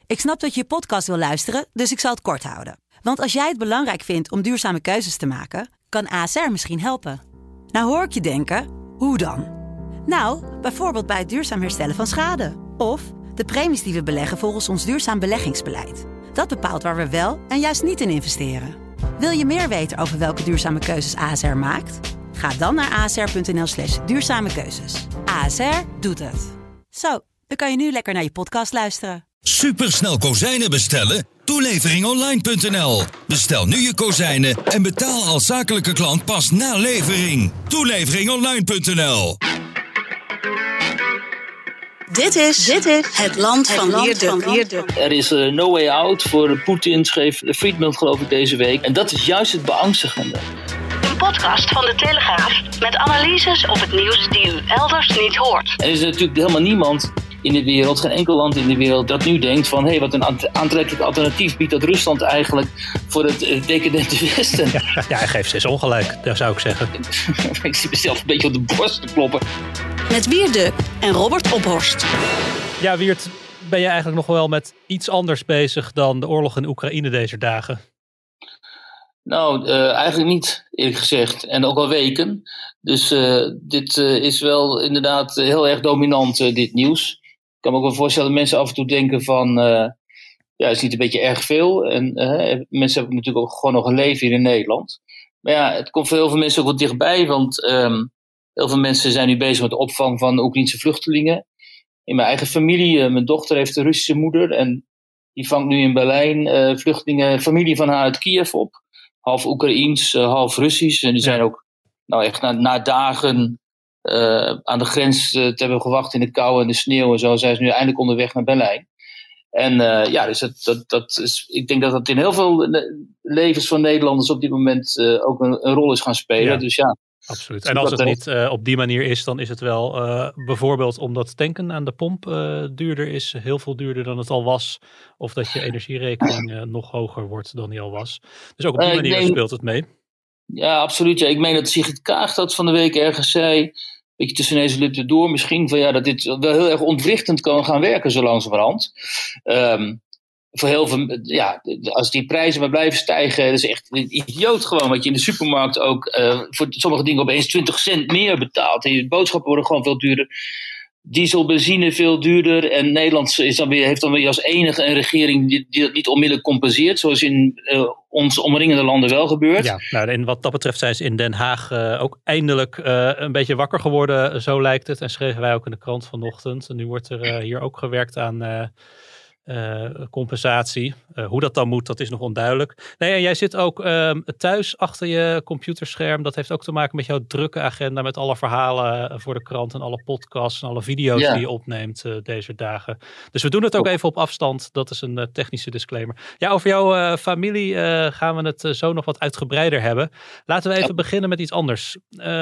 Ik snap dat je podcast wil luisteren, dus ik zal het kort houden. Want als jij het belangrijk vindt om duurzame keuzes te maken, kan ASR misschien helpen. Nou hoor ik je denken, hoe dan? Nou, bijvoorbeeld bij het duurzaam herstellen van schade. Of de premies die we beleggen volgens ons duurzaam beleggingsbeleid. Dat bepaalt waar we wel en juist niet in investeren. Wil je meer weten over welke duurzame keuzes ASR maakt? Ga dan naar asr.nl/duurzame keuzes. ASR doet het. Zo, dan kan je nu lekker naar je podcast luisteren. Supersnel kozijnen bestellen? Toeleveringonline.nl. Bestel nu je kozijnen en betaal als zakelijke klant pas na levering. Toeleveringonline.nl. Dit is het land van Wierde. Er is no way out voor Poetin, schreef Friedman geloof ik deze week. En dat is juist het beangstigende. Een podcast van de Telegraaf met analyses op het nieuws die u elders niet hoort. Er is natuurlijk helemaal niemand in de wereld, geen enkel land in de wereld dat nu denkt van hé, wat een aantrekkelijk alternatief biedt dat Rusland eigenlijk voor het decadente Westen. Ja, hij geeft steeds ongelijk, daar zou ik zeggen. Ik zie mezelf een beetje op de borst te kloppen. Met Wierde en Robert Ophorst. Ja, Wiert, ben je eigenlijk nog wel met iets anders bezig dan de oorlog in Oekraïne deze dagen? Nou, eigenlijk niet, eerlijk gezegd. En ook al weken. Dus dit is wel inderdaad heel erg dominant, dit nieuws. Ik kan me ook wel voorstellen dat mensen af en toe denken van ja, is niet een beetje erg veel. En mensen hebben natuurlijk ook gewoon nog een leven hier in Nederland. Maar ja, het komt voor heel veel mensen ook wat dichtbij, want heel veel mensen zijn nu bezig met de opvang van Oekraïnse vluchtelingen. In mijn eigen familie, mijn dochter heeft een Russische moeder en die vangt nu in Berlijn vluchtelingen, familie van haar uit Kiev op. Half Oekraïens, half Russisch. En die zijn ook nou echt na dagen aan de grens te hebben gewacht in de kou en de sneeuw en zo. Zijn ze nu eindelijk onderweg naar Berlijn. En ja, dus dat is, ik denk dat dat in heel veel levens van Nederlanders op dit moment ook een rol is gaan spelen. Ja. Dus ja. Absoluut. En als het niet op die manier is, dan is het wel bijvoorbeeld omdat tanken aan de pomp duurder is. Heel veel duurder dan het al was. Of dat je energierekening nog hoger wordt dan die al was. Dus ook op die manier speelt het mee. Ja, absoluut. Ja. Ik meen dat Sigrid Kaag dat van de week ergens zei. Een beetje tussen deze lippen door misschien. Van ja, dat dit wel heel erg ontwrichtend kan gaan werken zo langzamerhand. Voor heel veel, ja, als die prijzen maar blijven stijgen, dat is echt een idioot gewoon. Wat je in de supermarkt ook voor sommige dingen opeens 20 cent meer betaalt. En je boodschappen worden gewoon veel duurder. Diesel, benzine veel duurder. En Nederland heeft dan weer als enige een regering die dat niet onmiddellijk compenseert. Zoals in onze omringende landen wel gebeurt. Ja, nou, en wat dat betreft zijn ze in Den Haag ook eindelijk een beetje wakker geworden. Zo lijkt het. En schreven wij ook in de krant vanochtend. En nu wordt er hier ook gewerkt aan compensatie. Hoe dat dan moet, dat is nog onduidelijk. Nee, en jij zit ook thuis achter je computerscherm. Dat heeft ook te maken met jouw drukke agenda, met alle verhalen voor de krant en alle podcasts en alle video's die je opneemt deze dagen. Dus we doen het ook even op afstand. Dat is een technische disclaimer. Ja, over jouw familie gaan we het zo nog wat uitgebreider hebben. Laten we even beginnen met iets anders.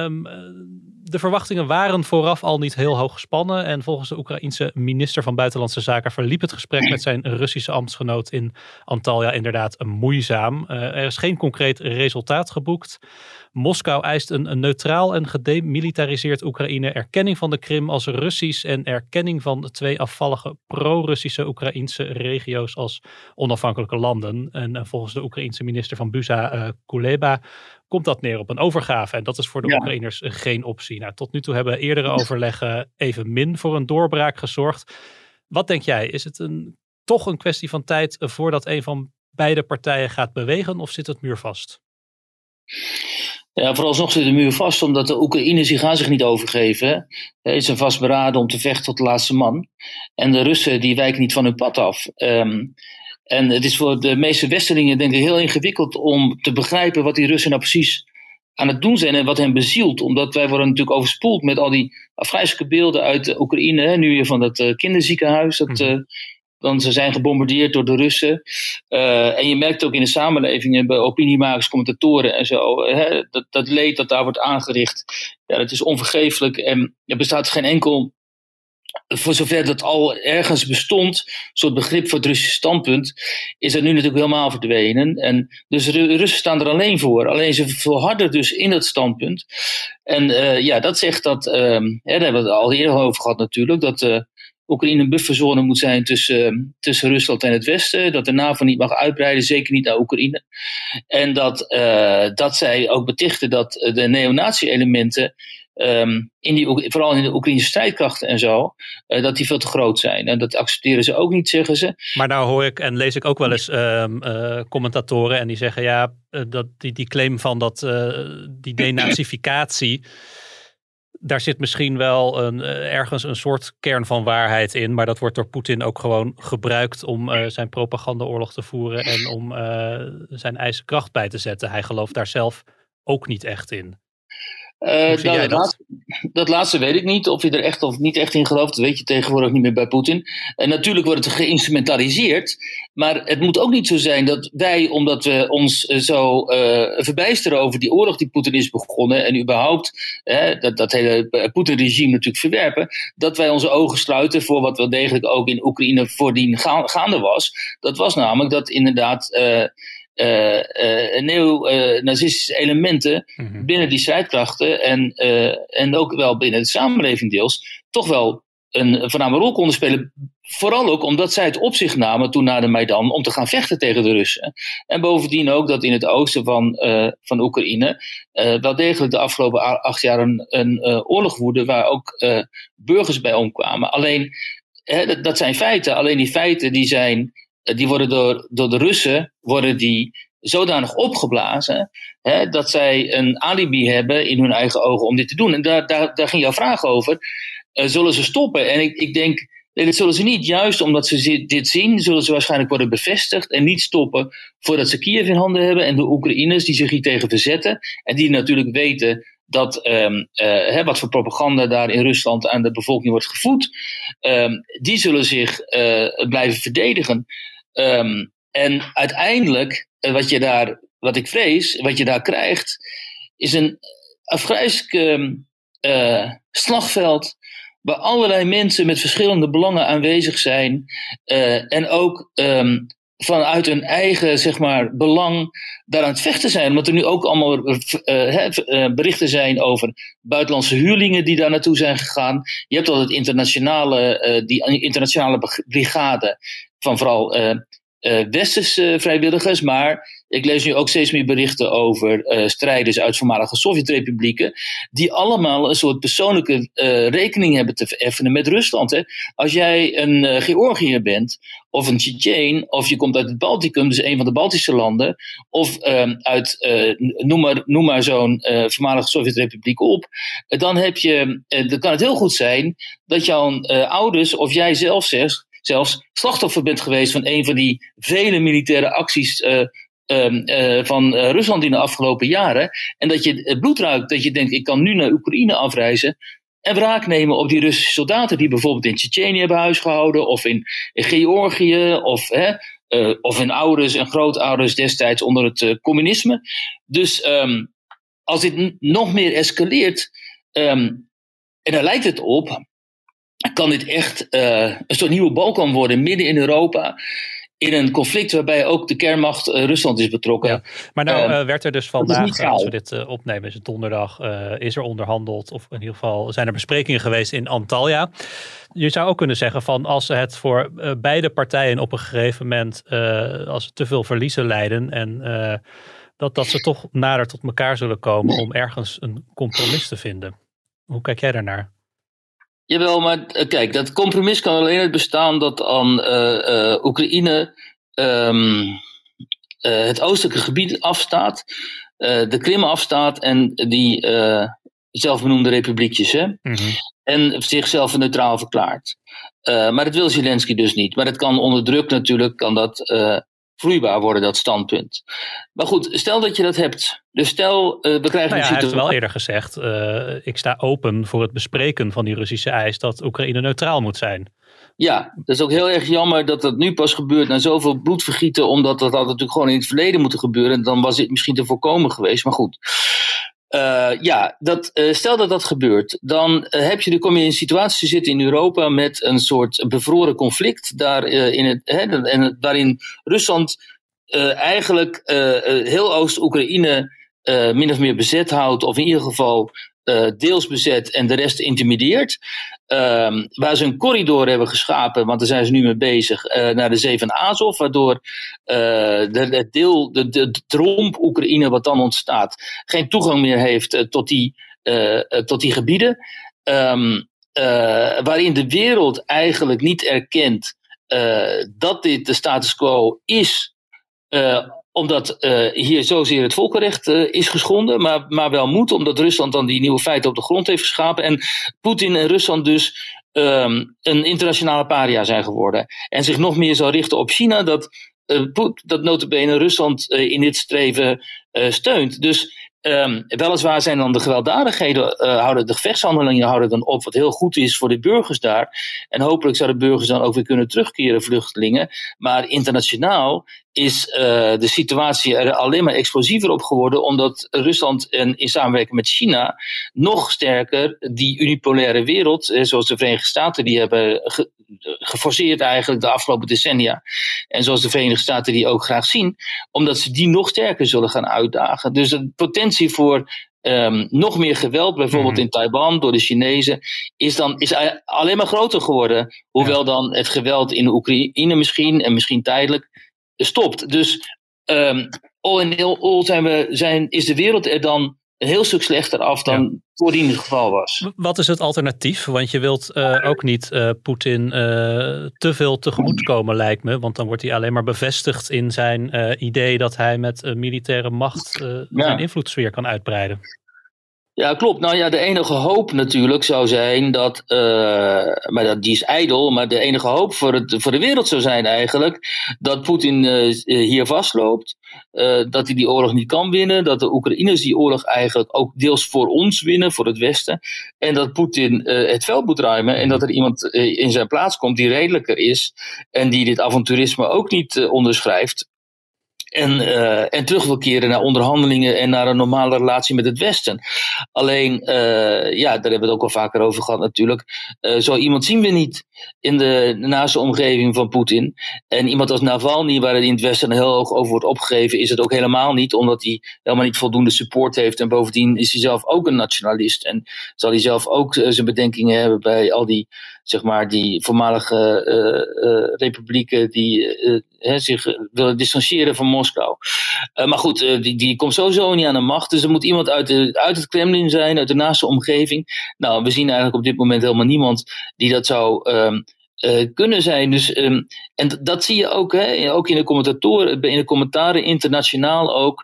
De verwachtingen waren vooraf al niet heel hoog gespannen. En volgens de Oekraïense minister van Buitenlandse Zaken verliep het gesprek met zijn Russische ambtsgenoot in Antalya inderdaad moeizaam. Er is geen concreet resultaat geboekt. Moskou eist een neutraal en gedemilitariseerd Oekraïne, erkenning van de Krim als Russisch en erkenning van de 2 afvallige pro-Russische Oekraïense regio's als onafhankelijke landen. En volgens de Oekraïense minister van Buza, Kuleba, komt dat neer op een overgave. En dat is voor de Oekraïners geen optie. Nou, tot nu toe hebben eerdere overleggen evenmin voor een doorbraak gezorgd. Wat denk jij? Is het toch een kwestie van tijd voordat een van beide partijen gaat bewegen, of zit het muurvast? Ja, vooralsnog zit de muur vast, omdat de Oekraïners gaan zich niet overgeven. Ze zijn vastberaden om te vechten tot de laatste man. En de Russen die wijken niet van hun pad af. En het is voor de meeste Westerlingen denk ik heel ingewikkeld om te begrijpen wat die Russen nou precies aan het doen zijn en wat hen bezielt. Omdat wij worden natuurlijk overspoeld met al die afgrijzelijke beelden uit de Oekraïne. Nu weer van dat kinderziekenhuis. Dan ze zijn gebombardeerd door de Russen. En je merkt ook in de samenleving, bij opiniemakers, commentatoren en zo, dat leed dat daar wordt aangericht. Ja, dat is onvergeeflijk. En er bestaat geen enkel, voor zover dat al ergens bestond, soort begrip voor het Russische standpunt, is dat nu natuurlijk helemaal verdwenen. En dus de Russen staan er alleen voor. Alleen ze volharden dus in dat standpunt. En dat zegt dat, daar hebben we het al eerder over gehad natuurlijk, dat Oekraïne een bufferzone moet zijn tussen Rusland en het Westen. Dat de NAVO niet mag uitbreiden, zeker niet naar Oekraïne. En dat zij ook betichten dat de neonazi-elementen, vooral in de Oekraïnse strijdkrachten en zo, dat die veel te groot zijn. En dat accepteren ze ook niet, zeggen ze. Maar nou hoor ik en lees ik ook wel eens commentatoren en die zeggen dat die claim van die denazificatie, daar zit misschien wel ergens een soort kern van waarheid in, maar dat wordt door Poetin ook gewoon gebruikt om zijn propagandaoorlog te voeren en om zijn eigen kracht bij te zetten. Hij gelooft daar zelf ook niet echt in. Dat laatste weet ik niet. Of je er echt of niet echt in gelooft, dat weet je tegenwoordig niet meer bij Poetin. En natuurlijk wordt het geïnstrumentaliseerd. Maar het moet ook niet zo zijn dat wij, omdat we ons zo verbijsteren over die oorlog die Poetin is begonnen, en überhaupt dat hele Poetin-regime natuurlijk verwerpen, dat wij onze ogen sluiten voor wat wel degelijk ook in Oekraïne voordien gaande was. Dat was namelijk dat inderdaad neo-nazistische elementen binnen die strijdkrachten en ook wel binnen de samenleving deels toch wel een voorname rol konden spelen. Vooral ook omdat zij het op zich namen toen na de Maidan om te gaan vechten tegen de Russen. En bovendien ook dat in het oosten van Oekraïne wel degelijk de afgelopen 8 jaar een oorlog woedde waar ook burgers bij omkwamen. Alleen, dat zijn feiten. Alleen die feiten die worden door de Russen zodanig opgeblazen dat zij een alibi hebben in hun eigen ogen om dit te doen. En daar ging jouw vraag over. Zullen ze stoppen? En ik denk, dat zullen ze niet. Juist omdat ze dit zien, zullen ze waarschijnlijk worden bevestigd en niet stoppen voordat ze Kiev in handen hebben en de Oekraïners die zich hier tegen verzetten en die natuurlijk weten dat wat voor propaganda daar in Rusland aan de bevolking wordt gevoed, die zullen zich blijven verdedigen. En uiteindelijk, wat ik vrees, wat je daar krijgt, is een afgrijselijk slagveld waar allerlei mensen met verschillende belangen aanwezig zijn en ook vanuit hun eigen, zeg maar, belang daar aan het vechten zijn. Omdat er nu ook allemaal berichten zijn over buitenlandse huurlingen die daar naartoe zijn gegaan. Je hebt al die internationale brigade van vooral westerse vrijwilligers, maar ik lees nu ook steeds meer berichten over strijders uit voormalige Sovjet-republieken, die allemaal een soort persoonlijke rekening hebben te vereffenen met Rusland. Hè. Als jij een Georgiër bent, of een Tsjetsjen, of je komt uit het Balticum, dus een van de Baltische landen, of noem maar zo'n voormalige Sovjet-republiek op, dan kan het heel goed zijn dat jouw ouders of jij zelfs slachtoffer bent geweest van een van die vele militaire acties van Rusland in de afgelopen jaren. En dat je het bloed ruikt, dat je denkt, ik kan nu naar Oekraïne afreizen en wraak nemen op die Russische soldaten die bijvoorbeeld in Tsjetsjenië hebben huisgehouden, of in Georgië, of hun ouders en grootouders destijds onder het communisme. Dus als dit nog meer escaleert, en daar lijkt het op, kan dit echt een soort nieuwe Balkan worden midden in Europa, in een conflict waarbij ook de kernmacht Rusland is betrokken. Ja, maar nou werd er dus vandaag, als we dit opnemen, is het donderdag, is er onderhandeld, of in ieder geval zijn er besprekingen geweest in Antalya. Je zou ook kunnen zeggen van, als het voor beide partijen op een gegeven moment, als ze te veel verliezen lijden en dat ze toch nader tot elkaar zullen komen om ergens een compromis te vinden. Hoe kijk jij daarnaar? Jawel, maar kijk, dat compromis kan alleen uit bestaan dat aan Oekraïne het oostelijke gebied afstaat, de Krim afstaat en die zelfbenoemde republiekjes, hè? Mm-hmm. En zichzelf neutraal verklaart. Maar dat wil Zelensky dus niet. Maar het kan onder druk natuurlijk, kan dat vloeibaar worden, dat standpunt. Maar goed, stel dat je dat hebt. Dus stel, we krijgen hij heeft wel eerder gezegd, ik sta open voor het bespreken van die Russische eis dat Oekraïne neutraal moet zijn. Ja, dat is ook heel erg jammer dat dat nu pas gebeurt na zoveel bloedvergieten, omdat dat had natuurlijk gewoon in het verleden moeten gebeuren. En dan was dit misschien te voorkomen geweest, maar goed. Stel dat dat gebeurt, dan kom je in een situatie te zitten in Europa met een soort bevroren conflict waarin Rusland eigenlijk heel Oost-Oekraïne min of meer bezet houdt, of in ieder geval deels bezet en de rest intimideert. waar ze een corridor hebben geschapen, want daar zijn ze nu mee bezig, naar de Zee van Azov, waardoor het deel, de romp Oekraïne wat dan ontstaat, geen toegang meer heeft tot die gebieden, waarin de wereld eigenlijk niet erkent dat dit de status quo is, omdat hier zozeer het volkenrecht is geschonden, maar wel moet, omdat Rusland dan die nieuwe feiten op de grond heeft geschapen en Poetin en Rusland dus een internationale paria zijn geworden en zich nog meer zal richten op China, dat nota bene Rusland in dit streven steunt. Dus weliswaar zijn dan de gewelddadigheden, de gevechtshandelingen houden dan op, wat heel goed is voor de burgers daar. En hopelijk zouden de burgers dan ook weer kunnen terugkeren, vluchtelingen. Maar internationaal is de situatie er alleen maar explosiever op geworden, omdat Rusland in samenwerking met China nog sterker die unipolaire wereld, zoals de Verenigde Staten die hebben geforceerd eigenlijk de afgelopen decennia, en zoals de Verenigde Staten die ook graag zien, omdat ze die nog sterker zullen gaan uitdagen. Dus de potentie voor nog meer geweld, bijvoorbeeld in Taiwan door de Chinezen, is alleen maar groter geworden. Hoewel dan het geweld in de Oekraïne misschien tijdelijk stopt. Dus all in all is de wereld er dan een heel stuk slechter af dan voordien het geval was. Wat is het alternatief? Want je wilt ook niet Poetin te veel tegemoetkomen, lijkt me. Want dan wordt hij alleen maar bevestigd in zijn idee dat hij met militaire macht zijn invloedssfeer kan uitbreiden. Ja, klopt. Nou ja, de enige hoop natuurlijk zou zijn dat, die is ijdel, maar de enige hoop voor de wereld zou zijn eigenlijk dat Poetin hier vastloopt, dat hij die oorlog niet kan winnen, dat de Oekraïners die oorlog eigenlijk ook deels voor ons winnen, voor het Westen, en dat Poetin het veld moet ruimen en dat er iemand in zijn plaats komt die redelijker is en die dit avonturisme ook niet onderschrijft. En terug wil keren naar onderhandelingen en naar een normale relatie met het Westen. Alleen, daar hebben we het ook al vaker over gehad natuurlijk. Zo iemand zien we niet in de naaste omgeving van Poetin. En iemand als Navalny, waar het in het Westen heel hoog over wordt opgegeven, is het ook helemaal niet, omdat hij helemaal niet voldoende support heeft. En bovendien is hij zelf ook een nationalist. En zal hij zelf ook zijn bedenkingen hebben bij al die, zeg maar, die voormalige republieken die zich willen distancieren van Moskou. Maar goed, die komt sowieso niet aan de macht. Dus er moet iemand uit het Kremlin zijn, uit de naaste omgeving. Nou, we zien eigenlijk op dit moment helemaal niemand die dat zou kunnen zijn. Dus, en dat zie je ook, ook in de commentaren internationaal ook.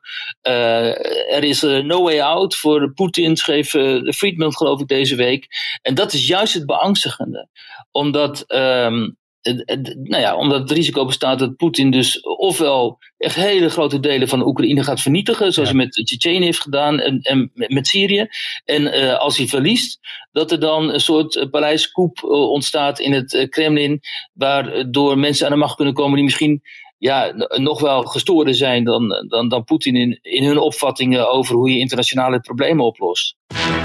Er is no way out voor Poetin, schreef Friedman geloof ik deze week. En dat is juist het beangstigende. Omdat omdat het risico bestaat dat Poetin dus ofwel echt hele grote delen van de Oekraïne gaat vernietigen, zoals hij met Tsjetsjenië heeft gedaan en met Syrië. En als hij verliest, dat er dan een soort paleiscoup ontstaat in het Kremlin, waardoor mensen aan de macht kunnen komen die misschien nog wel gestoorder zijn dan Poetin in hun opvattingen over hoe je internationale problemen oplost.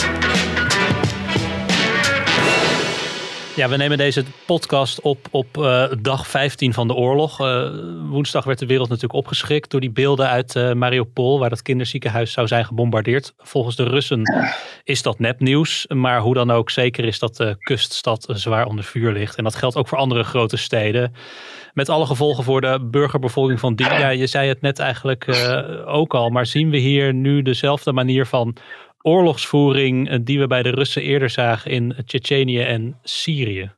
Ja, we nemen deze podcast op dag 15 van de oorlog. Woensdag werd de wereld natuurlijk opgeschrikt door die beelden uit Mariupol, waar dat kinderziekenhuis zou zijn gebombardeerd. Volgens de Russen is dat nepnieuws, maar hoe dan ook, zeker is dat de kuststad zwaar onder vuur ligt. En dat geldt ook voor andere grote steden. Met alle gevolgen voor de burgerbevolking van die. Ja, je zei het net eigenlijk ook al, maar zien we hier nu dezelfde manier van oorlogsvoering die we bij de Russen eerder zagen in Tsjetsjenië en Syrië?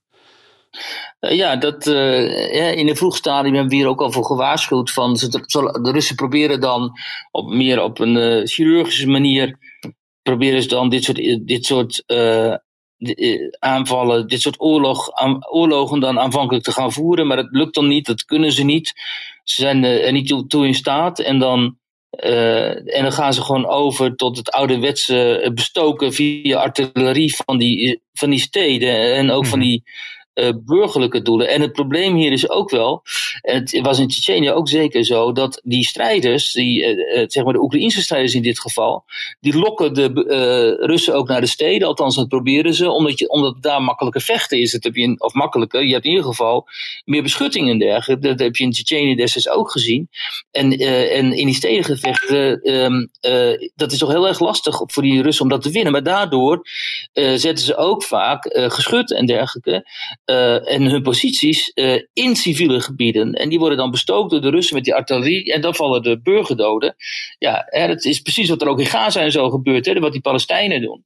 In een vroeg stadium hebben we hier ook al voor gewaarschuwd. De Russen proberen dan meer op een chirurgische manier proberen ze dan dit soort aanvallen, dit soort oorlogen dan aanvankelijk te gaan voeren, maar dat lukt dan niet, dat kunnen ze niet. Ze zijn er niet toe in staat en dan gaan ze gewoon over tot het ouderwetse bestoken via artillerie van die steden en ook van die burgerlijke doelen. En het probleem hier is ook wel, het was in Tsjetsjenië ook zeker zo, dat die strijders, zeg maar de Oekraïnse strijders in dit geval, die lokken de Russen ook naar de steden, althans dat proberen ze, omdat daar makkelijker vechten is. Of makkelijker, je hebt in ieder geval meer beschutting en dergelijke. Dat heb je in Tsjetsjenië destijds ook gezien. En in die stedengevechten, dat is toch heel erg lastig voor die Russen om dat te winnen. Maar daardoor zetten ze ook vaak geschut en dergelijke en hun posities in civiele gebieden. En die worden dan bestookt door de Russen met die artillerie en dan vallen de burgerdoden. Ja, dat is precies wat er ook in Gaza en zo gebeurt, hè, wat die Palestijnen doen.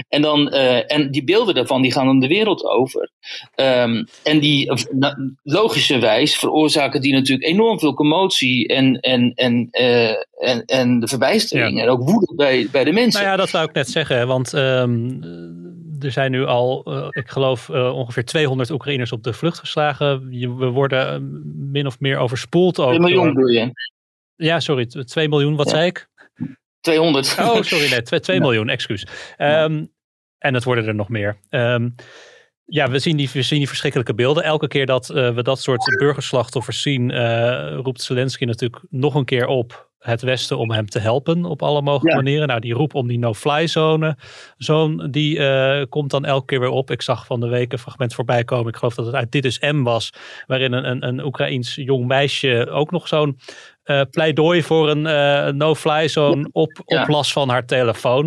En die beelden daarvan die gaan dan de wereld over. En die logischerwijs veroorzaken die natuurlijk enorm veel commotie en de verbijstering en ook woede bij de mensen. Nou ja, dat wou ik net zeggen, want er zijn nu al, ik geloof, ongeveer 200 Oekraïners op de vlucht geslagen. We worden min of meer overspoeld. 2 miljoen bedoel je? Ja, sorry, 2 miljoen, wat zei ik? 200. Oh, sorry, nee, 2 miljoen, excuus. En het worden er nog meer. Ja, we zien die verschrikkelijke beelden. Elke keer dat we dat soort burgerslachtoffers zien, roept Zelensky natuurlijk nog een keer op het Westen om hem te helpen op alle mogelijke manieren. Nou, die roep om die no-fly zone, die komt dan elke keer weer op. Ik zag van de week een fragment voorbij komen. Ik geloof dat het uit Dit is M was, waarin een Oekraïens jong meisje ook nog zo'n pleidooi voor een no-fly zone oplas van haar telefoon.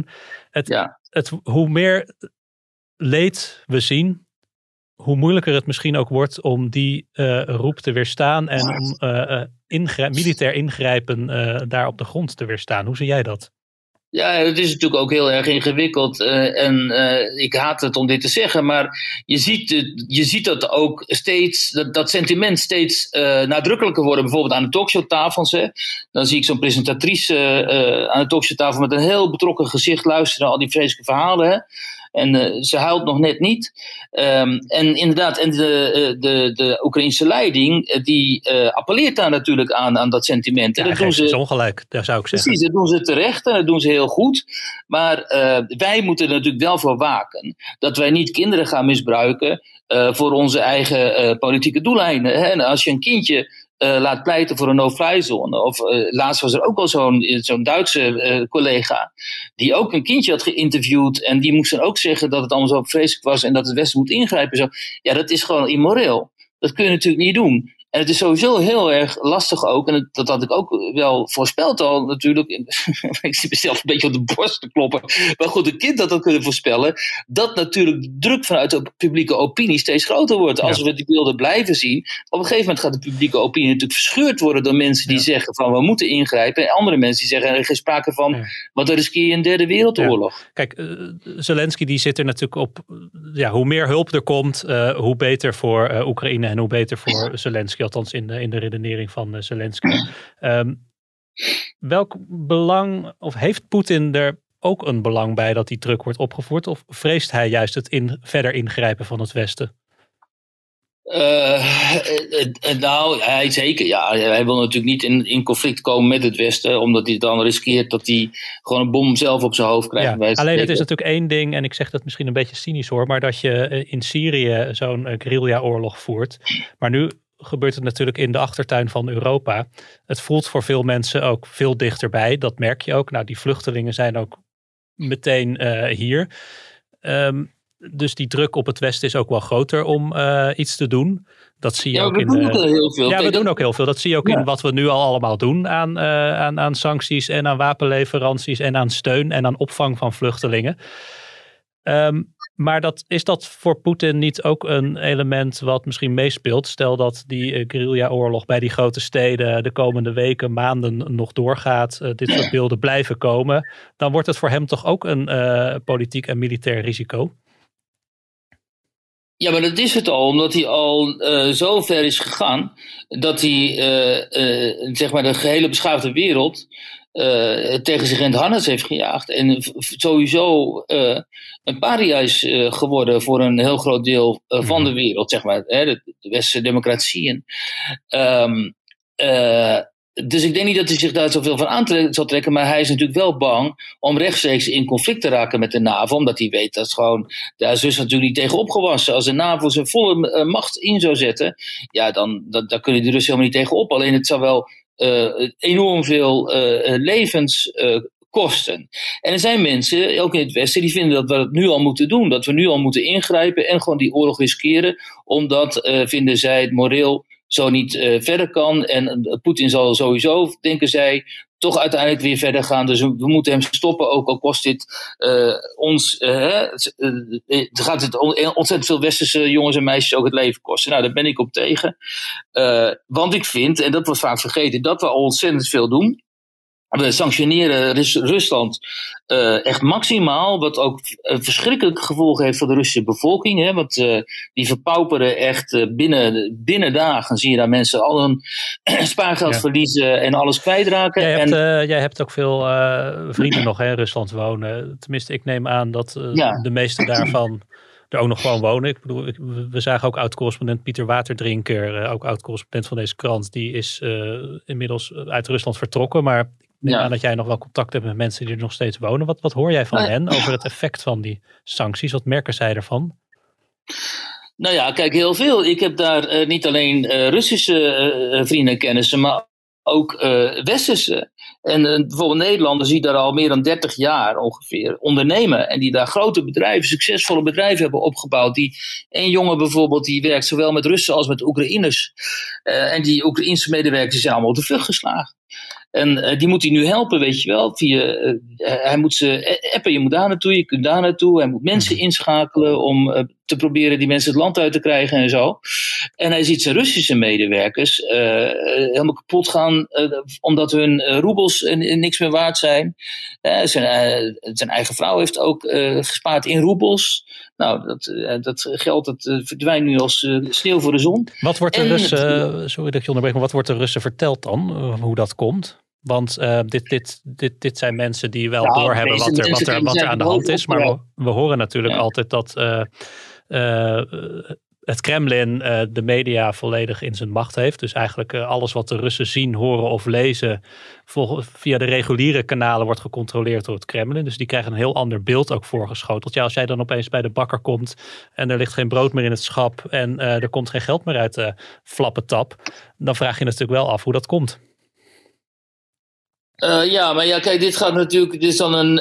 Hoe meer leed we zien, hoe moeilijker het misschien ook wordt om die roep te weerstaan en om militair ingrijpen daar op de grond te weerstaan. Hoe zie jij dat? Ja, het is natuurlijk ook heel erg ingewikkeld en ik haat het om dit te zeggen, maar je ziet dat ook steeds, dat sentiment steeds nadrukkelijker worden, bijvoorbeeld aan de talkshowtafels. Dan zie ik zo'n presentatrice aan de talkshowtafel met een heel betrokken gezicht luisteren naar al die vreselijke verhalen. Hè? En ze huilt nog net niet. En inderdaad, en de Oekraïnse leiding, die appelleert daar natuurlijk aan dat sentiment. Ja, dat doen ze ongelijk, daar zou ik zeggen. Precies, dat doen ze terecht en dat doen ze heel goed. Maar wij moeten er natuurlijk wel voor waken. Dat wij niet kinderen gaan misbruiken voor onze eigen politieke doeleinden. Hè? En als je een kindje laat pleiten voor een no-fly zone. Of laatst was er ook al zo'n Duitse collega die ook een kindje had geïnterviewd en die moest dan ook zeggen dat het allemaal zo vreselijk was en dat het Westen moet ingrijpen. Zo. Ja, dat is gewoon immoreel. Dat kun je natuurlijk niet doen. En het is sowieso heel erg lastig ook, en dat had ik ook wel voorspeld al natuurlijk, ik zit mezelf een beetje op de borst te kloppen, maar goed, een kind dat kunnen voorspellen, dat natuurlijk de druk vanuit de publieke opinie steeds groter wordt. Als we die beelden blijven zien, op een gegeven moment gaat de publieke opinie natuurlijk verscheurd worden door mensen die zeggen van we moeten ingrijpen, en andere mensen die zeggen er is geen sprake van, want dan riskeer je een derde wereldoorlog. Ja. Kijk, Zelensky die zit er natuurlijk op, hoe meer hulp er komt, hoe beter voor Oekraïne en hoe beter voor Zelensky. Althans in de redenering van Zelensky. Welk belang, of heeft Poetin er ook een belang bij dat die druk wordt opgevoerd? Of vreest hij juist het verder ingrijpen van het Westen? Nou, hij zeker. Ja, hij wil natuurlijk niet in conflict komen met het Westen, omdat hij dan riskeert dat hij gewoon een bom zelf op zijn hoofd krijgt. Ja, alleen het is natuurlijk één ding, en ik zeg dat misschien een beetje cynisch hoor, maar dat je in Syrië zo'n guerrilla-oorlog voert. Maar nu gebeurt het natuurlijk in de achtertuin van Europa. Het voelt voor veel mensen ook veel dichterbij. Dat merk je ook. Nou, die vluchtelingen zijn ook meteen hier. Dus die druk op het Westen is ook wel groter om iets te doen. Dat zie je ook in. We doen ook heel veel. Ja, we doen ook heel veel. Dat zie je ook in wat we nu al allemaal doen aan sancties en aan wapenleveranties en aan steun en aan opvang van vluchtelingen. Maar is dat voor Poetin niet ook een element wat misschien meespeelt? Stel dat die guerrilla-oorlog bij die grote steden de komende weken, maanden nog doorgaat. Dit soort beelden blijven komen. Dan wordt het voor hem toch ook een politiek en militair risico? Ja, maar dat is het al, omdat hij al zo ver is gegaan dat hij zeg maar de gehele beschaafde wereld tegen zich in het harnas heeft gejaagd. En sowieso een paria is geworden voor een heel groot deel van de wereld, zeg maar. De westerse democratieën. Dus ik denk niet dat hij zich daar zoveel van aan zal trekken, maar hij is natuurlijk wel bang om rechtstreeks in conflict te raken met de NAVO, omdat hij weet dat gewoon, daar is Rusland natuurlijk niet tegen opgewassen. Als de NAVO zijn volle macht in zou zetten, ja, dan kunnen die Russen helemaal niet tegen op. Alleen het zou wel enorm veel levens kosten. En er zijn mensen, ook in het Westen, die vinden dat we het nu al moeten doen. Dat we nu al moeten ingrijpen en gewoon die oorlog riskeren. Omdat, vinden zij, het moreel zo niet verder kan. En Poetin zal sowieso, denken zij, toch uiteindelijk weer verder gaan. Dus we moeten hem stoppen, ook al kost dit ons... gaat het ontzettend veel westerse jongens en meisjes ook het leven kosten. Nou, daar ben ik op tegen. Want ik vind, en dat wordt vaak vergeten, dat we al ontzettend veel doen. We sanctioneren Rusland echt maximaal, wat ook verschrikkelijke gevolgen heeft voor de Russische bevolking. Hè, want die verpauperen echt binnen dagen. Zie je daar mensen al hun spaargeld verliezen en alles kwijtraken. Jij hebt ook veel vrienden nog in Rusland wonen. Tenminste, ik neem aan dat de meeste daarvan er ook nog gewoon wonen. Ik bedoel, we zagen ook oud-correspondent Pieter Waterdrinker, ook oud-correspondent van deze krant, die is inmiddels uit Rusland vertrokken, maar ik neem aan dat jij nog wel contact hebt met mensen die er nog steeds wonen. Wat hoor jij van hen over het effect van die sancties? Wat merken zij ervan? Nou ja, kijk, heel veel. Ik heb daar niet alleen Russische vrienden en kennissen, maar ook Westerse. En bijvoorbeeld Nederlanders die daar al meer dan 30 jaar ongeveer ondernemen. En die daar grote bedrijven, succesvolle bedrijven hebben opgebouwd. Een jongen bijvoorbeeld, die werkt zowel met Russen als met Oekraïners. En die Oekraïnse medewerkers zijn allemaal op de vlucht geslagen. En die moet hij nu helpen, weet je wel. Hij moet ze appen, je moet daar naartoe, je kunt daar naartoe. Hij moet mensen inschakelen om te proberen die mensen het land uit te krijgen en zo. En hij ziet zijn Russische medewerkers helemaal kapot gaan, omdat hun roebels niks meer waard zijn. Zijn eigen vrouw heeft ook gespaard in roebels. Nou, dat geld verdwijnt nu als sneeuw voor de zon. Wat wordt de Russen, sorry dat ik je onderbreek, maar wat wordt de Russen verteld dan, hoe dat komt? Want dit zijn mensen die wel doorhebben wat er aan de hand is. Maar we horen natuurlijk altijd dat het Kremlin de media volledig in zijn macht heeft. Dus eigenlijk alles wat de Russen zien, horen of lezen via de reguliere kanalen wordt gecontroleerd door het Kremlin. Dus die krijgen een heel ander beeld ook voorgeschoteld. Ja, als jij dan opeens bij de bakker komt en er ligt geen brood meer in het schap en er komt geen geld meer uit de flappetap, dan vraag je natuurlijk wel af hoe dat komt. Kijk, dit is dan een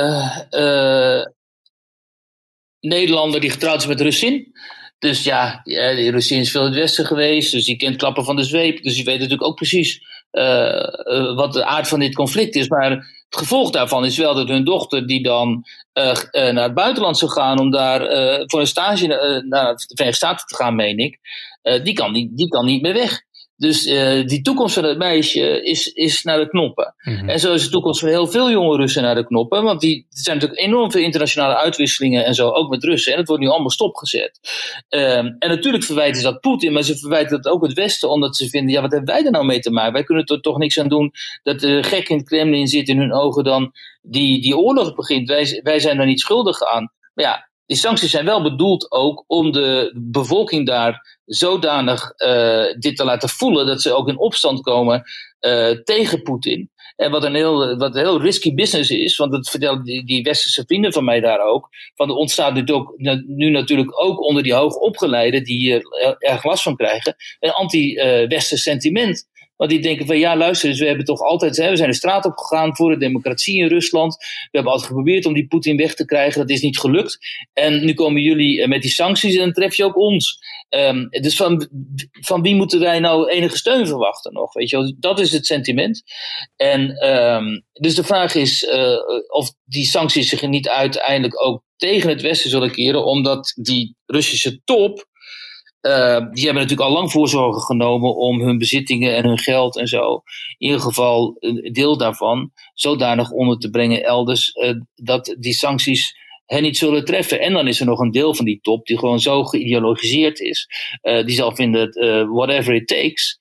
Nederlander die getrouwd is met een Russin. Dus die Russin is veel in het Westen geweest, dus die kent klappen van de zweep. Dus die weet natuurlijk ook precies wat de aard van dit conflict is. Maar het gevolg daarvan is wel dat hun dochter, die dan naar het buitenland zou gaan om daar voor een stage naar de Verenigde Staten te gaan, meen ik, die kan niet meer weg. Dus die toekomst van het meisje is naar de knoppen. Mm-hmm. En zo is de toekomst van heel veel jonge Russen naar de knoppen. Want er zijn natuurlijk enorm veel internationale uitwisselingen en zo, ook met Russen. En het wordt nu allemaal stopgezet. En natuurlijk verwijten ze dat Poetin, maar ze verwijten dat ook het Westen, omdat ze vinden, wat hebben wij er nou mee te maken? Wij kunnen er toch niks aan doen dat de gek in het Kremlin zit in hun ogen dan die oorlog begint. Wij zijn daar niet schuldig aan. Maar ja, die sancties zijn wel bedoeld ook om de bevolking daar zodanig dit te laten voelen dat ze ook in opstand komen tegen Poetin. En wat een heel risky business is, want dat vertellen die westerse vrienden van mij daar ook. Want er ontstaat nu natuurlijk ook onder die hoogopgeleiden die hier erg last van krijgen, een anti-westers sentiment. Want die denken van luister eens, we hebben toch altijd, we zijn de straat op gegaan voor de democratie in Rusland. We hebben altijd geprobeerd om die Poetin weg te krijgen, dat is niet gelukt. En nu komen jullie met die sancties en dan tref je ook ons. Dus van wie moeten wij nou enige steun verwachten nog? Weet je wel? Dat is het sentiment. En dus de vraag is of die sancties zich niet uiteindelijk ook tegen het Westen zullen keren, omdat die Russische top, die hebben natuurlijk al lang voorzorgen genomen om hun bezittingen en hun geld en zo, in ieder geval een deel daarvan, zodanig onder te brengen elders, dat die sancties hen niet zullen treffen. En dan is er nog een deel van die top die gewoon zo geïdeologiseerd is. Die zal vinden, whatever it takes.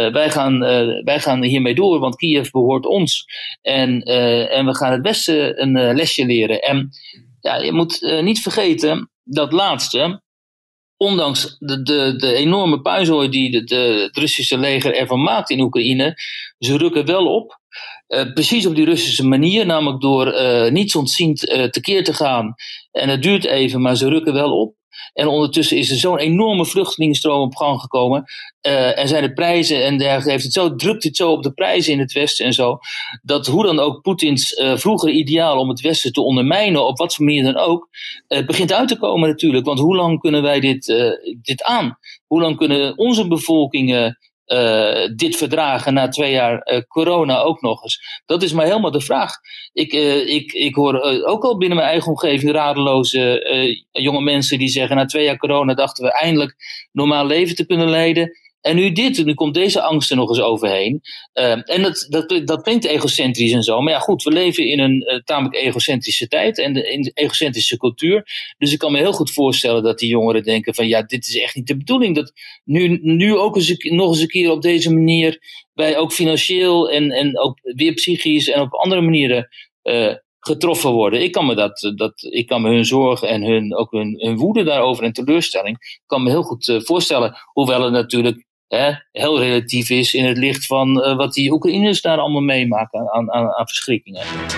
Wij gaan hiermee door, want Kiev behoort ons. En we gaan het Westen een lesje leren. En je moet niet vergeten, dat laatste, ondanks de enorme puinzooi die het Russische leger ervan maakt in Oekraïne, ze rukken wel op. Precies op die Russische manier, namelijk door niets ontziend tekeer te gaan. En het duurt even, maar ze rukken wel op. En ondertussen is er zo'n enorme vluchtelingenstroom op gang gekomen. En zijn de prijzen en dergelijke. Drukt het zo op de prijzen in het Westen en zo. Dat hoe dan ook Poetins vroegere ideaal om het Westen te ondermijnen, op wat voor manier dan ook, begint uit te komen natuurlijk. Want hoe lang kunnen wij dit aan? Hoe lang kunnen onze bevolkingen dit verdragen na 2 jaar corona ook nog eens? Dat is maar helemaal de vraag. Ik hoor ook al binnen mijn eigen omgeving radeloze jonge mensen die zeggen, na 2 jaar corona dachten we eindelijk normaal leven te kunnen leiden. En nu komt deze angst er nog eens overheen. En dat klinkt egocentrisch en zo. Maar ja goed, we leven in een tamelijk egocentrische tijd en in een egocentrische cultuur. Dus ik kan me heel goed voorstellen dat die jongeren denken van ja, dit is echt niet de bedoeling. Dat nu ook nog eens een keer op deze manier wij ook financieel en ook weer psychisch en op andere manieren getroffen worden. Ik kan me hun zorg en hun woede daarover en teleurstelling kan me heel goed voorstellen. Hoewel het natuurlijk heel relatief is in het licht van wat die Oekraïners daar allemaal meemaken aan verschrikkingen.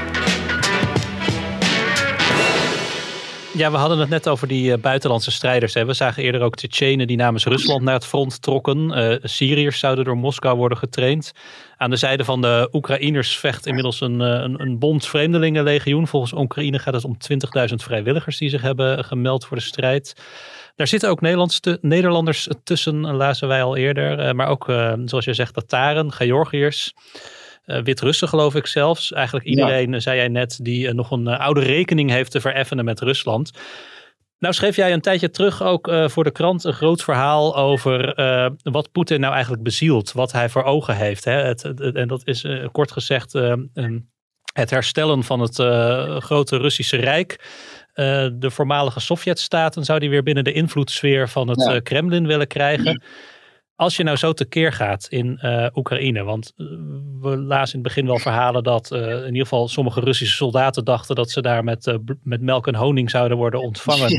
Ja, we hadden het net over die buitenlandse strijders. Hè. We zagen eerder ook Tsjetsjenen die namens Rusland naar het front trokken. Syriërs zouden door Moskou worden getraind. Aan de zijde van de Oekraïners vecht inmiddels een bond vreemdelingenlegioen. Volgens Oekraïne gaat het om 20.000 vrijwilligers die zich hebben gemeld voor de strijd. Daar zitten ook Nederlanders tussen, lazen wij al eerder. Maar ook, zoals je zegt, Tataren, Georgiërs. Wit-Russen geloof ik zelfs. Eigenlijk iedereen, zei jij net, die nog een oude rekening heeft te vereffenen met Rusland. Nou schreef jij een tijdje terug ook voor de krant een groot verhaal over wat Poetin nou eigenlijk bezielt. Wat hij voor ogen heeft. Hè? En dat is kort gezegd het herstellen van het grote Russische Rijk. De voormalige Sovjetstaten zou die weer binnen de invloedssfeer van het Kremlin willen krijgen. Als je nou zo tekeer gaat in Oekraïne, want we lazen in het begin wel verhalen dat in ieder geval sommige Russische soldaten dachten dat ze daar met melk en honing zouden worden ontvangen.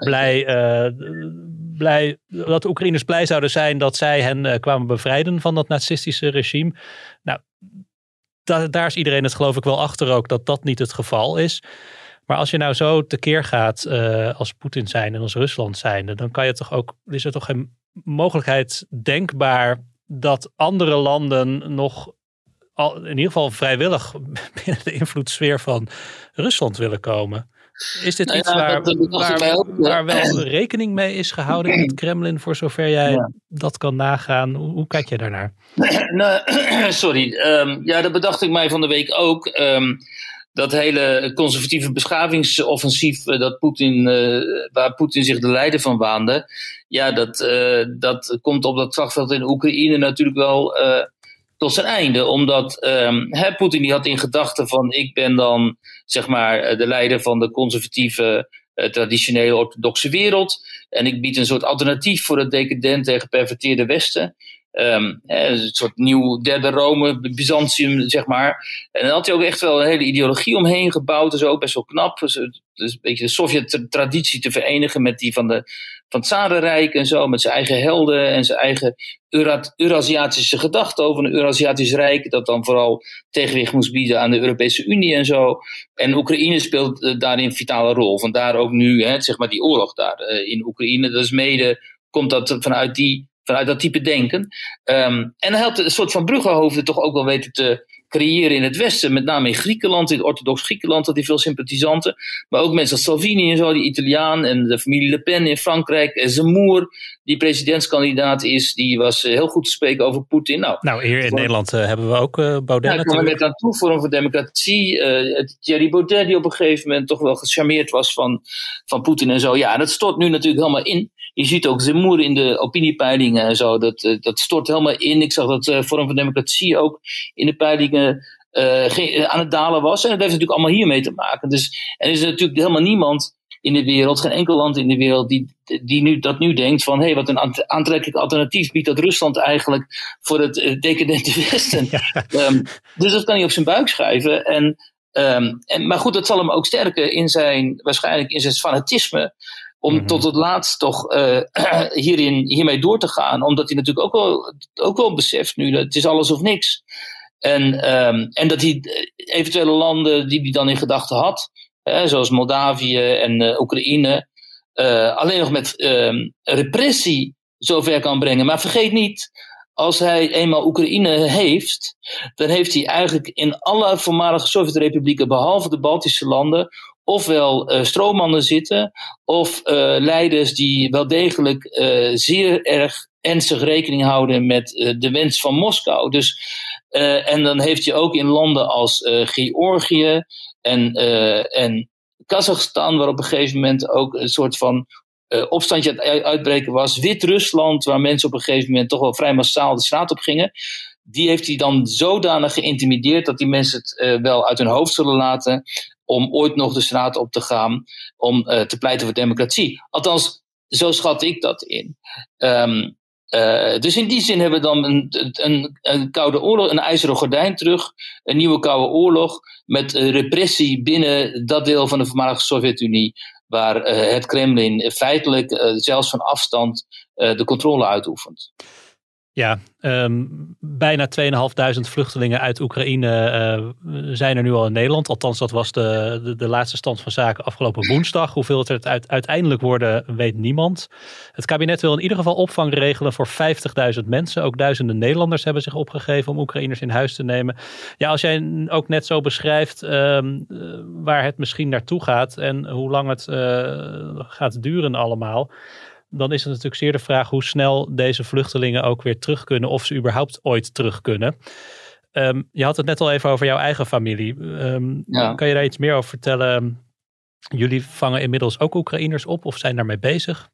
Blij dat de Oekraïners blij zouden zijn dat zij hen kwamen bevrijden van dat nazistische regime. Nou, daar is iedereen het geloof ik wel achter ook dat dat niet het geval is. Maar als je nou zo tekeer gaat als Poetin zijn en als Rusland zijnde, dan kan je toch ook, is er toch geen mogelijkheid denkbaar dat andere landen nog in ieder geval vrijwillig binnen de invloedssfeer van Rusland willen komen? Is dit iets waar wel rekening mee is gehouden in het Kremlin, voor zover jij dat kan nagaan? Hoe kijk je daarnaar? Sorry, dat bedacht ik mij van de week ook. Dat hele conservatieve beschavingsoffensief waar Poetin zich de leider van waande, dat komt op dat slagveld in Oekraïne natuurlijk wel tot zijn einde. Omdat Poetin die had in gedachten van ik ben dan zeg maar de leider van de conservatieve traditionele orthodoxe wereld en ik bied een soort alternatief voor het decadente en geperverteerde Westen. Een soort nieuw derde Rome, Byzantium, zeg maar. En dan had hij ook echt wel een hele ideologie omheen gebouwd. Dat is ook best wel knap. Dus een beetje de Sovjet-traditie te verenigen met die van het Tsarenrijk en zo. Met zijn eigen helden en zijn eigen Eurasiatische gedachten over een Eurasiatisch Rijk. Dat dan vooral tegenwicht moest bieden aan de Europese Unie en zo. En Oekraïne speelt daarin een vitale rol. Vandaar ook nu, zeg maar die oorlog daar in Oekraïne. Dat is komt dat vanuit dat type denken. En hij had een soort van bruggenhoofden toch ook wel weten te creëren in het Westen. Met name in Griekenland, in het orthodox Griekenland had hij veel sympathisanten. Maar ook mensen als Salvini en zo, die Italiaan. En de familie Le Pen in Frankrijk. En Zemmour, die presidentskandidaat is. Die was heel goed te spreken over Poetin. Nou, hier in Nederland hebben we ook Baudet natuurlijk. Daar kwam net aan toe, Forum voor Democratie. Thierry Baudet, die op een gegeven moment toch wel gecharmeerd was van Poetin en zo. Ja, en dat stort nu natuurlijk helemaal in. Je ziet ook Zemmour in de opiniepeilingen en zo. Dat stort helemaal in. Ik zag dat Forum voor Democratie ook in de peilingen aan het dalen was. En dat heeft natuurlijk allemaal hiermee te maken. Dus er is natuurlijk helemaal niemand in de wereld, geen enkel land in de wereld die nu denkt van wat een aantrekkelijk alternatief biedt dat Rusland eigenlijk voor het decadente Westen. Ja. Dus dat kan hij op zijn buik schrijven. Maar goed, dat zal hem ook sterken waarschijnlijk in zijn fanatisme. om tot het laatst toch hiermee door te gaan. Omdat hij natuurlijk ook wel beseft nu dat het is alles of niks. En dat hij eventuele landen die hij dan in gedachten had, zoals Moldavië en Oekraïne, alleen nog met repressie zover kan brengen. Maar vergeet niet, als hij eenmaal Oekraïne heeft, dan heeft hij eigenlijk in alle voormalige Sovjet-republieken, behalve de Baltische landen, ofwel stroommannen zitten, of leiders die wel degelijk zeer erg ernstig rekening houden met de wens van Moskou. Dus, en dan heeft hij ook in landen als Georgië en Kazachstan, waar op een gegeven moment ook een soort van opstandje aan het uitbreken was. Wit-Rusland, waar mensen op een gegeven moment toch wel vrij massaal de straat op gingen. Die heeft hij dan zodanig geïntimideerd dat die mensen het wel uit hun hoofd zullen laten om ooit nog de straat op te gaan om te pleiten voor democratie. Althans, zo schat ik dat in. Dus in die zin hebben we dan een koude oorlog, een ijzeren gordijn terug, een nieuwe koude oorlog met repressie binnen dat deel van de voormalige Sovjet-Unie, waar het Kremlin feitelijk zelfs van afstand de controle uitoefent. Ja, bijna 2500 vluchtelingen uit Oekraïne zijn er nu al in Nederland. Althans, dat was de laatste stand van zaken afgelopen woensdag. Hoeveel het er uiteindelijk worden, weet niemand. Het kabinet wil in ieder geval opvang regelen voor 50.000 mensen. Ook duizenden Nederlanders hebben zich opgegeven om Oekraïners in huis te nemen. Ja, als jij ook net zo beschrijft waar het misschien naartoe gaat en hoe lang het gaat duren allemaal, dan is het natuurlijk zeer de vraag hoe snel deze vluchtelingen ook weer terug kunnen, of ze überhaupt ooit terug kunnen. Je had het net al even over jouw eigen familie. Kan je daar iets meer over vertellen? Jullie vangen inmiddels ook Oekraïners op of zijn daarmee bezig?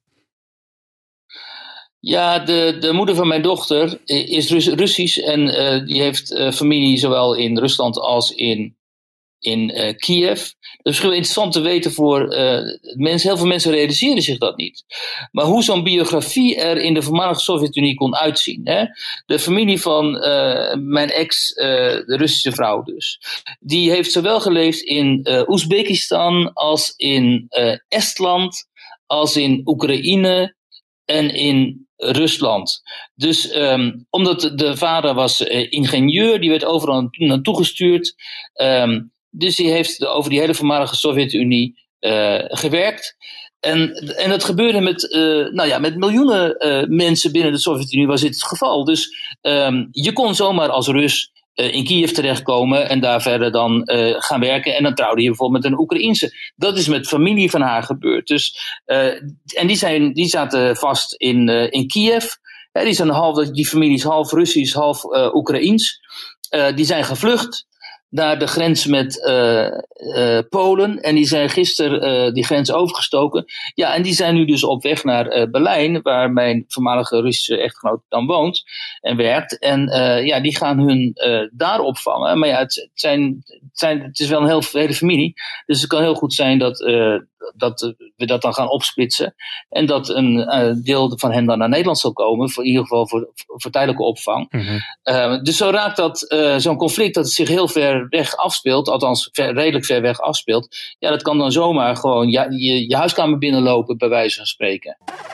Ja, de moeder van mijn dochter is Russisch en die heeft familie zowel in Rusland als in Kiev. Dat is heel interessant te weten voor mensen. Heel veel mensen realiseren zich dat niet. Maar hoe zo'n biografie er in de voormalige Sovjet-Unie kon uitzien. Hè? De familie van mijn ex, de Russische vrouw dus. Die heeft zowel geleefd in Oezbekistan als in Estland, als in Oekraïne en in Rusland. Dus omdat de vader was ingenieur, die werd overal naartoe gestuurd. Dus die heeft over die hele voormalige Sovjet-Unie gewerkt. En dat gebeurde met miljoenen mensen binnen de Sovjet-Unie was dit het geval. Dus je kon zomaar als Rus in Kiev terechtkomen en daar verder dan gaan werken. En dan trouwde je bijvoorbeeld met een Oekraïense. Dat is met familie van haar gebeurd. Dus, en die zaten vast in Kiev. Die familie is half Russisch, half Oekraïens. Die zijn gevlucht naar de grens met Polen. En die zijn gisteren die grens overgestoken. Ja, en die zijn nu dus op weg naar Berlijn, waar mijn voormalige Russische echtgenoot dan woont en werkt. En die gaan hun daar opvangen. Maar ja, het is wel een hele familie. Dus het kan heel goed zijn dat we dat dan gaan opsplitsen. En dat een deel van hen dan naar Nederland zal komen. In ieder geval voor tijdelijke opvang. Mm-hmm. Dus zo raakt dat zo'n conflict dat het zich heel ver weg afspeelt. Althans redelijk ver weg afspeelt. Ja, dat kan dan zomaar gewoon je huiskamer binnenlopen, bij wijze van spreken.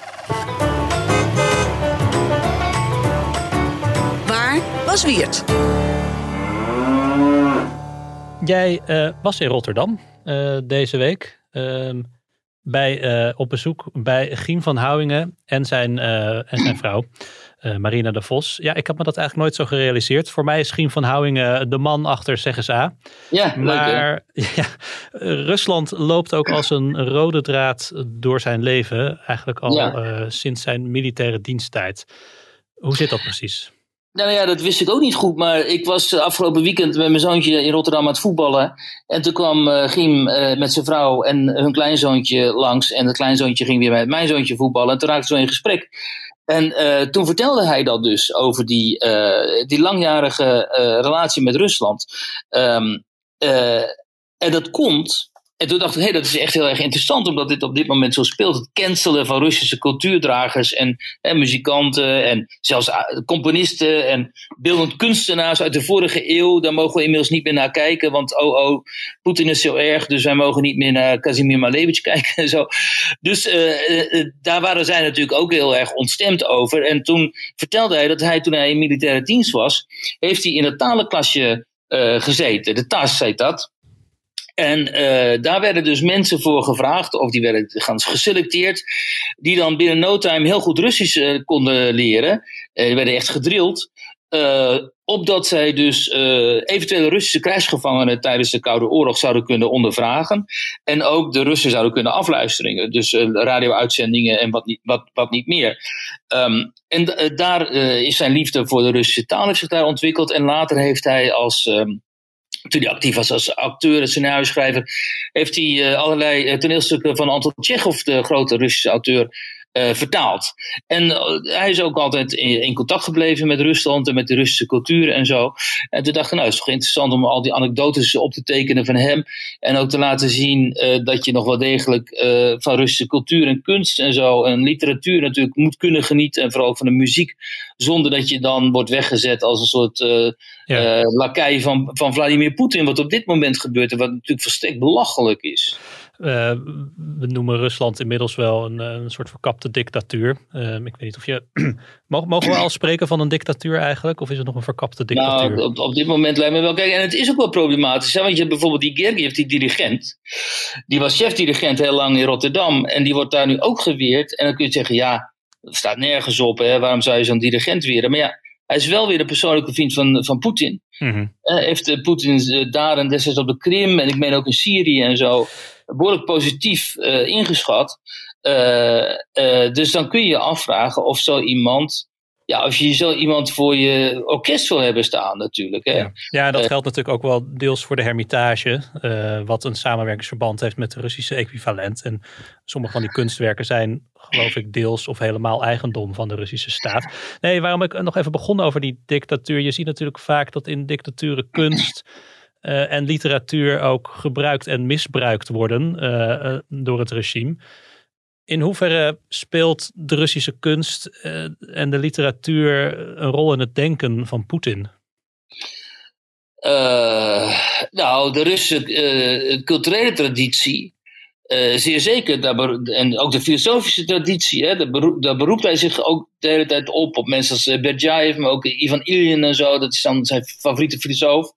Waar was Wiert? Jij was in Rotterdam deze week. Op bezoek bij Giem van Houwingen en zijn vrouw. Marina de Vos. Ja, ik had me dat eigenlijk nooit zo gerealiseerd. Voor mij is Giem van Houwingen de man achter Zeggens-A. Ja, maar Rusland loopt ook als een rode draad door zijn leven. Eigenlijk al sinds zijn militaire diensttijd. Hoe zit dat precies? Nou ja, dat wist ik ook niet goed, maar ik was afgelopen weekend met mijn zoontje in Rotterdam aan het voetballen. En toen kwam Giem met zijn vrouw en hun kleinzoontje langs. En het kleinzoontje ging weer met mijn zoontje voetballen. En toen raakten we in gesprek. En toen vertelde hij dat dus over die langjarige relatie met Rusland. En dat komt En toen dacht ik, dat is echt heel erg interessant, omdat dit op dit moment zo speelt. Het cancelen van Russische cultuurdragers en muzikanten en zelfs componisten en beeldend kunstenaars uit de vorige eeuw. Daar mogen we inmiddels niet meer naar kijken, want Poetin is zo erg, dus wij mogen niet meer naar Kazimir Malevich kijken en zo. Dus daar waren zij natuurlijk ook heel erg ontstemd over. En toen vertelde hij dat toen hij in militaire dienst was, heeft hij in het talenklasje gezeten. De TAS heet dat. En daar werden dus mensen voor gevraagd, of die werden geselecteerd, die dan binnen no time heel goed Russisch konden leren. Die werden echt gedrild. Opdat zij dus eventuele Russische krijgsgevangenen tijdens de Koude Oorlog zouden kunnen ondervragen. En ook de Russen zouden kunnen afluisteren. Dus radio-uitzendingen en wat niet meer. Daar is zijn liefde voor de Russische taal heeft zich daar ontwikkeld. En later heeft hij toen hij actief was als acteur en scenario-schrijver, heeft hij allerlei toneelstukken van Anton Tchekhov, de grote Russische auteur, vertaald. En hij is ook altijd in contact gebleven met Rusland en met de Russische cultuur en zo. En toen dacht ik, het is toch interessant om al die anekdotes op te tekenen van hem. En ook te laten zien dat je nog wel degelijk van Russische cultuur en kunst en zo en literatuur natuurlijk moet kunnen genieten. En vooral ook van de muziek. Zonder dat je dan wordt weggezet als een soort lakai van Vladimir Poetin. Wat op dit moment gebeurt en wat natuurlijk volstrekt belachelijk is. We noemen Rusland inmiddels wel een soort verkapte dictatuur. Ik weet niet of je... mogen we al spreken van een dictatuur eigenlijk? Of is het nog een verkapte dictatuur? Nou, op dit moment lijkt me wel. Kijk, en het is ook wel problematisch. Hè? Want je hebt bijvoorbeeld die Gergiev, die dirigent. Die was chefdirigent heel lang in Rotterdam. En die wordt daar nu ook geweerd. En dan kun je zeggen, dat staat nergens op. Hè? Waarom zou je zo'n dirigent weren? Maar hij is wel weer de persoonlijke vriend van Poetin. Mm-hmm. Heeft Poetin daar en destijds op de Krim en ik meen ook in Syrië en zo behoorlijk positief ingeschat. Dus dan kun je je afvragen of zo iemand, als je zo iemand voor je orkest wil hebben staan natuurlijk. Hè? Ja, dat geldt natuurlijk ook wel deels voor de Hermitage, wat een samenwerkingsverband heeft met de Russische equivalent. En sommige van die kunstwerken zijn, geloof ik, deels of helemaal eigendom van de Russische staat. Nee, waarom ik nog even begon over die dictatuur. Je ziet natuurlijk vaak dat in dictaturen kunst en literatuur ook gebruikt en misbruikt worden door het regime. In hoeverre speelt de Russische kunst en de literatuur een rol in het denken van Poetin? De Russische culturele traditie, zeer zeker, en ook de filosofische traditie, daar beroept hij zich ook de hele tijd op mensen als Berdjajev, maar ook Ivan Ilyin en zo, dat is dan zijn favoriete filosoof.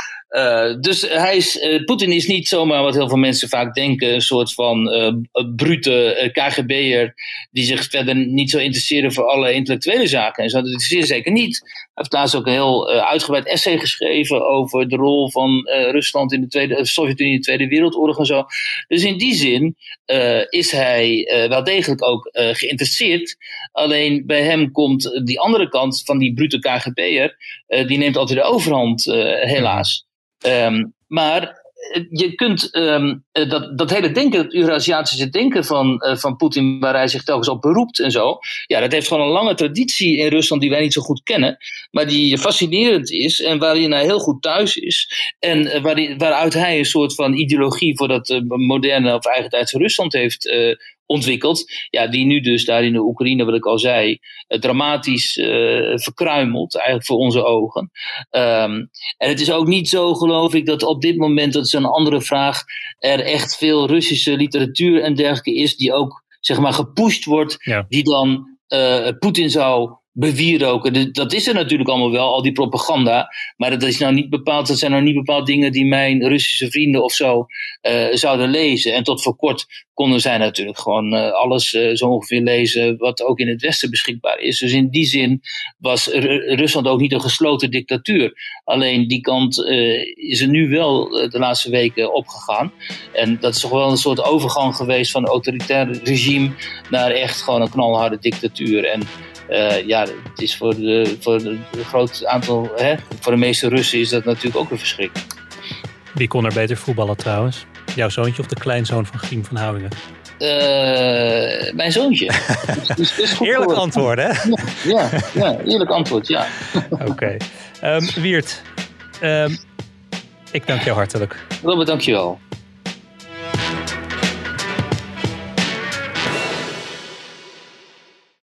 Dus Poetin is niet zomaar wat heel veel mensen vaak denken, een soort van brute KGB'er die zich verder niet zo interesseren voor alle intellectuele zaken en zo. Dat is zeer zeker niet. Hij heeft laatst ook een heel uitgebreid essay geschreven over de rol van Rusland in de Sovjet-Unie in de Tweede Wereldoorlog en zo. Dus in die zin is hij wel degelijk ook geïnteresseerd. Alleen bij hem komt die andere kant van die brute KGB'er, die neemt altijd de overhand, helaas. Maar je kunt dat hele denken, het Eurasiatische denken van Poetin, waar hij zich telkens op beroept en zo, dat heeft gewoon een lange traditie in Rusland die wij niet zo goed kennen, maar die fascinerend is en waarin hij heel goed thuis is en waaruit hij een soort van ideologie voor dat moderne of eigentijdse Rusland heeft ontwikkeld, die nu dus daar in de Oekraïne, wat ik al zei, dramatisch verkruimelt, eigenlijk voor onze ogen. En het is ook niet zo, geloof ik, dat op dit moment, dat is een andere vraag, er echt veel Russische literatuur en dergelijke is, die ook, zeg maar, gepusht wordt, die dan Poetin zou bewieroken. Dat is er natuurlijk allemaal wel, al die propaganda, maar dat zijn nou niet bepaald dingen die mijn Russische vrienden of zo zouden lezen. En tot voor kort konden zij natuurlijk gewoon alles zo ongeveer lezen wat ook in het Westen beschikbaar is. Dus in die zin was Rusland ook niet een gesloten dictatuur. Alleen die kant is er nu wel de laatste weken opgegaan. En dat is toch wel een soort overgang geweest van een autoritair regime naar echt gewoon een knalharde dictatuur. En het is voor een groot aantal, voor de meeste Russen is dat natuurlijk ook een verschrik. Wie kon er beter voetballen trouwens? Jouw zoontje of de kleinzoon van Giem van Houwingen? Mijn zoontje. Dus eerlijk antwoord, hè? Ja, eerlijk antwoord, ja. Oké. Wiert, ik dank jou hartelijk. Robert, dank je wel.